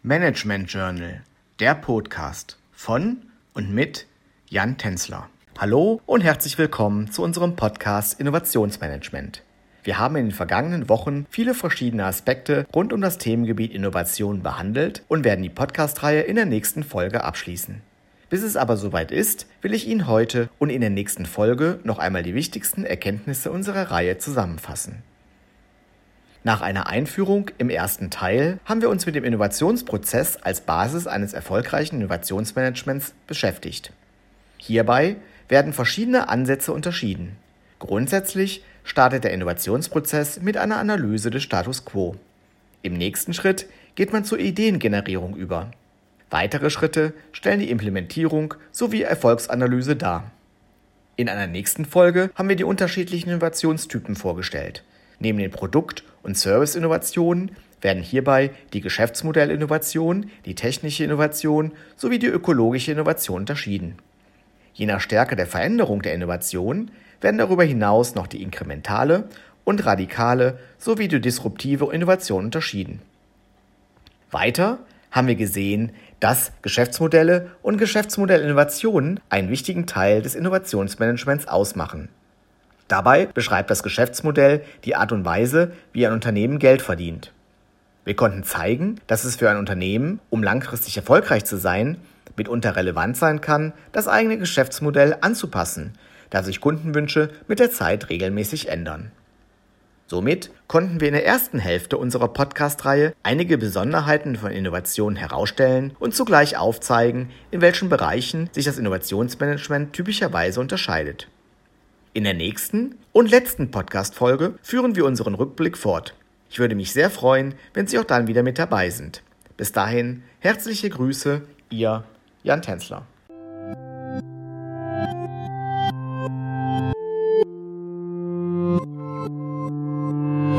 Management Journal, der Podcast von und mit Jan Tänzler. Hallo und herzlich willkommen zu unserem Podcast Innovationsmanagement. Wir haben in den vergangenen Wochen viele verschiedene Aspekte rund um das Themengebiet Innovation behandelt und werden die Podcast-Reihe in der nächsten Folge abschließen. Bis es aber soweit ist, will ich Ihnen heute und in der nächsten Folge noch einmal die wichtigsten Erkenntnisse unserer Reihe zusammenfassen. Nach einer Einführung im ersten Teil haben wir uns mit dem Innovationsprozess als Basis eines erfolgreichen Innovationsmanagements beschäftigt. Hierbei werden verschiedene Ansätze unterschieden. Grundsätzlich startet der Innovationsprozess mit einer Analyse des Status quo. Im nächsten Schritt geht man zur Ideengenerierung über. Weitere Schritte stellen die Implementierung sowie Erfolgsanalyse dar. In einer nächsten Folge haben wir die unterschiedlichen Innovationstypen vorgestellt. Neben den Produkt- und Service-Innovationen werden hierbei die Geschäftsmodellinnovation, die technische Innovation sowie die ökologische Innovation unterschieden. Je nach Stärke der Veränderung der Innovation werden darüber hinaus noch die inkrementale und radikale sowie die disruptive Innovation unterschieden. Weiter haben wir gesehen, dass Geschäftsmodelle und Geschäftsmodellinnovationen einen wichtigen Teil des Innovationsmanagements ausmachen. Dabei beschreibt das Geschäftsmodell die Art und Weise, wie ein Unternehmen Geld verdient. Wir konnten zeigen, dass es für ein Unternehmen, um langfristig erfolgreich zu sein, mitunter relevant sein kann, das eigene Geschäftsmodell anzupassen, da sich Kundenwünsche mit der Zeit regelmäßig ändern. Somit konnten wir in der ersten Hälfte unserer Podcast-Reihe einige Besonderheiten von Innovationen herausstellen und zugleich aufzeigen, in welchen Bereichen sich das Innovationsmanagement typischerweise unterscheidet. In der nächsten und letzten Podcast-Folge führen wir unseren Rückblick fort. Ich würde mich sehr freuen, wenn Sie auch dann wieder mit dabei sind. Bis dahin, herzliche Grüße, Ihr Jan Tänzler.